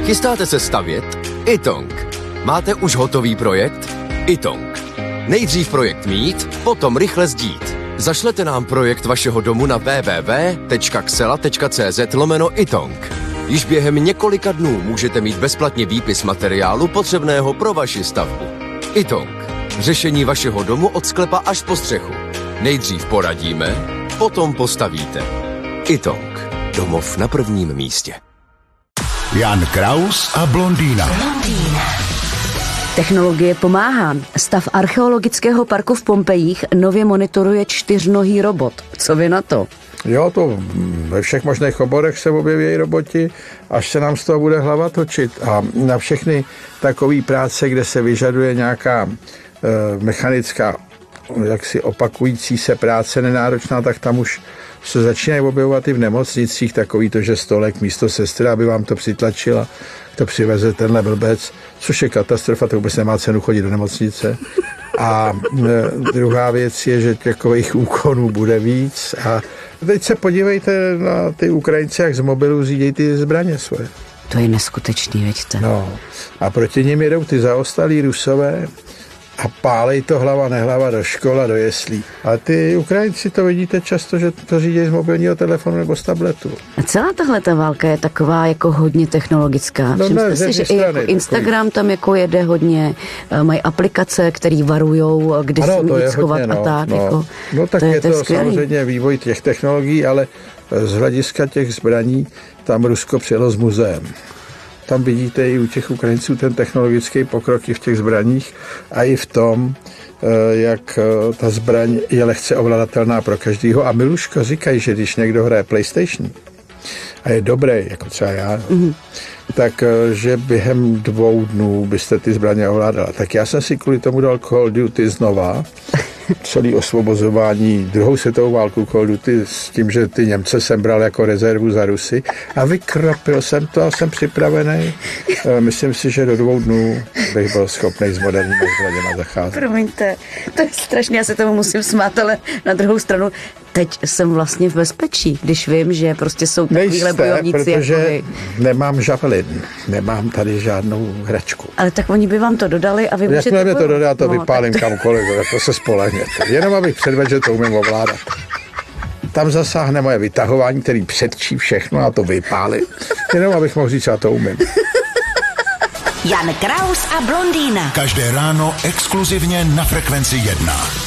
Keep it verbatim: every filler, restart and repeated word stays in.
Chystáte se stavět? Itong. Máte už hotový projekt? Itong. Nejdřív projekt mít, potom rychle sdít. Zašlete nám projekt vašeho domu na w w w tečka xela tečka c z lomeno Itong. Již během několika dnů můžete mít bezplatně výpis materiálu potřebného pro vaši stavbu. Itong. Řešení vašeho domu od sklepa až po střechu. Nejdřív poradíme, potom postavíte. Itong. Domov na prvním místě. Jan Kraus a blondýna. blondýna. Technologie pomáhá. Stav archeologického parku v Pompejích nově monitoruje čtyřnohý robot. Co vy na to? Jo, to ve všech možných oborech se objeví roboti, až se nám z toho bude hlava točit. A na všechny takové práce, kde se vyžaduje nějaká e, mechanická, jaksi opakující se práce nenáročná, tak tam už se začínají objevovat i v nemocnicích takový to, že stolek místo sestry, aby vám to přitlačila, to přiveze tenhle blbec, což je katastrofa, to vůbec nemá cenu chodit do nemocnice. A e, druhá věc je, že takových úkonů bude víc. A teď se podívejte na ty Ukrajince, jak z mobilu řídí ty zbraně svoje. To je neskutečný, věďte. No, a proti nim jedou ty zaostalí Rusové a pálej to hlava nehlava do škola, do jeslí. A ty Ukrajinci to vidíte často, že to řídí z mobilního telefonu nebo z tabletu. A celá tahle ta válka je taková jako hodně technologická. No, Všimte ne, si, že strany, i jako Instagram tam jako jede hodně, mají aplikace, které varujou, kde ano, se mít schovat hodně, no, a tak. No, jako, no tak to je, je to, to je samozřejmě vývoj těch technologií, ale z hlediska těch zbraní tam Rusko přijelo s muzeem. Tam vidíte i u těch Ukrajinců ten technologický pokrok i v těch zbraních a i v tom, jak ta zbraň je lehce ovladatelná pro každýho. A Miluško říkají, že když někdo hraje PlayStation a je dobrý, jako třeba já, mm-hmm. tak že během dvou dnů byste ty zbraně ovládala. Tak já jsem si kvůli tomu dal Call of Duty znova, celý osvobozování, druhou světovou válku Call of Duty s tím, že ty Němce jsem bral jako rezervu za Rusy a vykropil jsem to a jsem připravený. Myslím si, že do dvou dnů bych byl schopný s moderními zbraněmi zacházet. Promiňte, to je strašně, já se tomu musím smát, ale na druhou stranu teď jsem vlastně v bezpečí, když vím, že prostě jsou takovýhle bojovníci protože jako vy. Nemám žavelin, nemám tady žádnou hračku. Ale tak oni by vám to dodali a vy můžete... Jakmile mi to dodá, to no, vypálím tak... kamkoliv, to se spolehněte. Jenom abych předvedl, že to umím ovládat. Tam zasáhne moje vytahování, který předčí všechno a to vypálím. Jenom abych mohl říct, já to umím. Jan Kraus a blondýna. Každé ráno exkluzivně na Frekvenci jedna.